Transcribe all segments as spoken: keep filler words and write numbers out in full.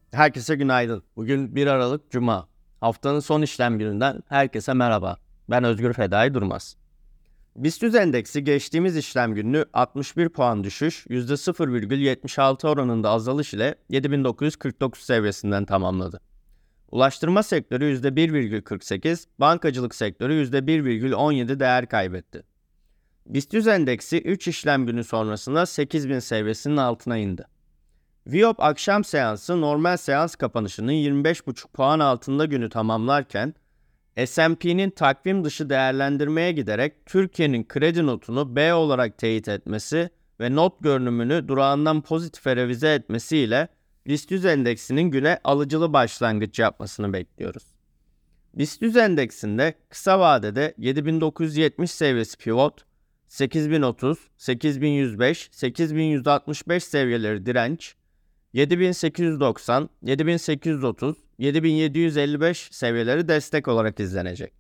Herkese günaydın. Bugün bir Aralık Cuma. Haftanın son işlem gününden herkese merhaba. Ben Özgür Fedai Durmaz. BIST endeksi geçtiğimiz işlem gününü altmış bir puan düşüş, yüzde sıfır virgül yetmiş altı oranında azalış ile yedi bin dokuz yüz kırk dokuz seviyesinden tamamladı. Ulaştırma sektörü yüzde bir virgül kırk sekiz, bankacılık sektörü yüzde bir virgül on yedi değer kaybetti. BIST endeksi üç işlem günü sonrasında sekiz bin seviyesinin altına indi. Viyop akşam seansı normal seans kapanışının yirmi beş buçuk puan altında günü tamamlarken, S and P'nin takvim dışı değerlendirmeye giderek Türkiye'nin kredi notunu B olarak teyit etmesi ve not görünümünü durağından pozitife revize etmesiyle BIST yüz endeksinin güne alıcılı başlangıç yapmasını bekliyoruz. BIST yüz endeksinde kısa vadede yedi bin dokuz yüz yetmiş seviyesi pivot, sekiz bin otuz, sekiz bin yüz beş, sekiz bin yüz altmış beş seviyeleri direnç, yedi bin sekiz yüz doksan, yedi bin sekiz yüz otuz, yedi bin yedi yüz elli beş seviyeleri destek olarak izlenecek.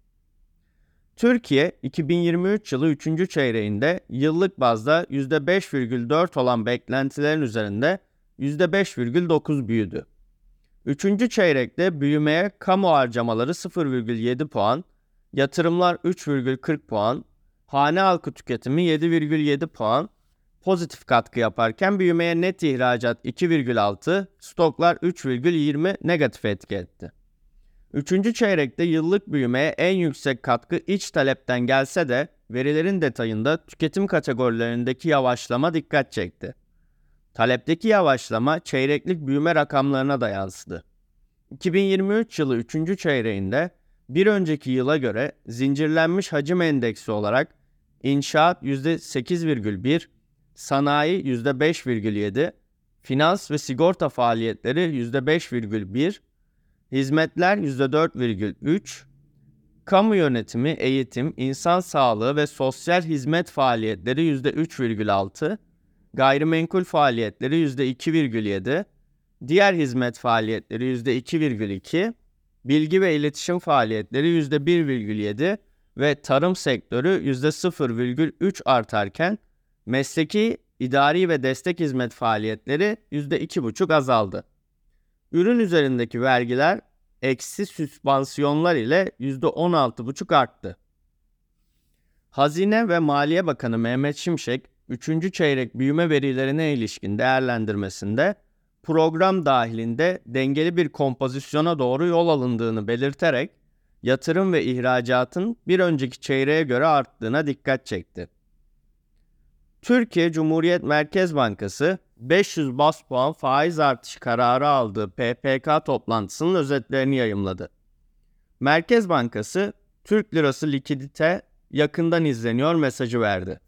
Türkiye, iki bin yirmi üç yılı üçüncü çeyreğinde yıllık bazda yüzde beş virgül dört olan beklentilerin üzerinde yüzde beş virgül dokuz büyüdü. üçüncü çeyrekte büyümeye kamu harcamaları sıfır virgül yedi puan, yatırımlar üç virgül kırk puan, hane halkı tüketimi yedi virgül yedi puan, pozitif katkı yaparken büyümeye net ihracat iki virgül altı, stoklar üç virgül yirmi negatif etki etti. Üçüncü çeyrekte yıllık büyümeye en yüksek katkı iç talepten gelse de verilerin detayında tüketim kategorilerindeki yavaşlama dikkat çekti. Talepteki yavaşlama çeyreklik büyüme rakamlarına da yansıdı. iki bin yirmi üç yılı üçüncü çeyreğinde bir önceki yıla göre zincirlenmiş hacim endeksi olarak inşaat yüzde sekiz virgül bir, sanayi yüzde beş virgül yedi, finans ve sigorta faaliyetleri yüzde beş virgül bir, hizmetler yüzde dört virgül üç, kamu yönetimi, eğitim, insan sağlığı ve sosyal hizmet faaliyetleri yüzde üç virgül altı, gayrimenkul faaliyetleri yüzde iki virgül yedi, diğer hizmet faaliyetleri yüzde iki virgül iki, bilgi ve iletişim faaliyetleri yüzde bir virgül yedi ve tarım sektörü yüzde sıfır virgül üç artarken mesleki, idari ve destek hizmet faaliyetleri yüzde iki virgül beş azaldı. Ürün üzerindeki vergiler eksi süspansiyonlar ile yüzde on altı virgül beş arttı. Hazine ve Maliye Bakanı Mehmet Şimşek, üçüncü çeyrek büyüme verilerine ilişkin değerlendirmesinde program dahilinde dengeli bir kompozisyona doğru yol alındığını belirterek yatırım ve ihracatın bir önceki çeyreğe göre arttığına dikkat çekti. Türkiye Cumhuriyet Merkez Bankası beş yüz baz puan faiz artışı kararı aldığı P P K toplantısının özetlerini yayımladı. Merkez Bankası Türk lirası likidite yakından izleniyor mesajı verdi.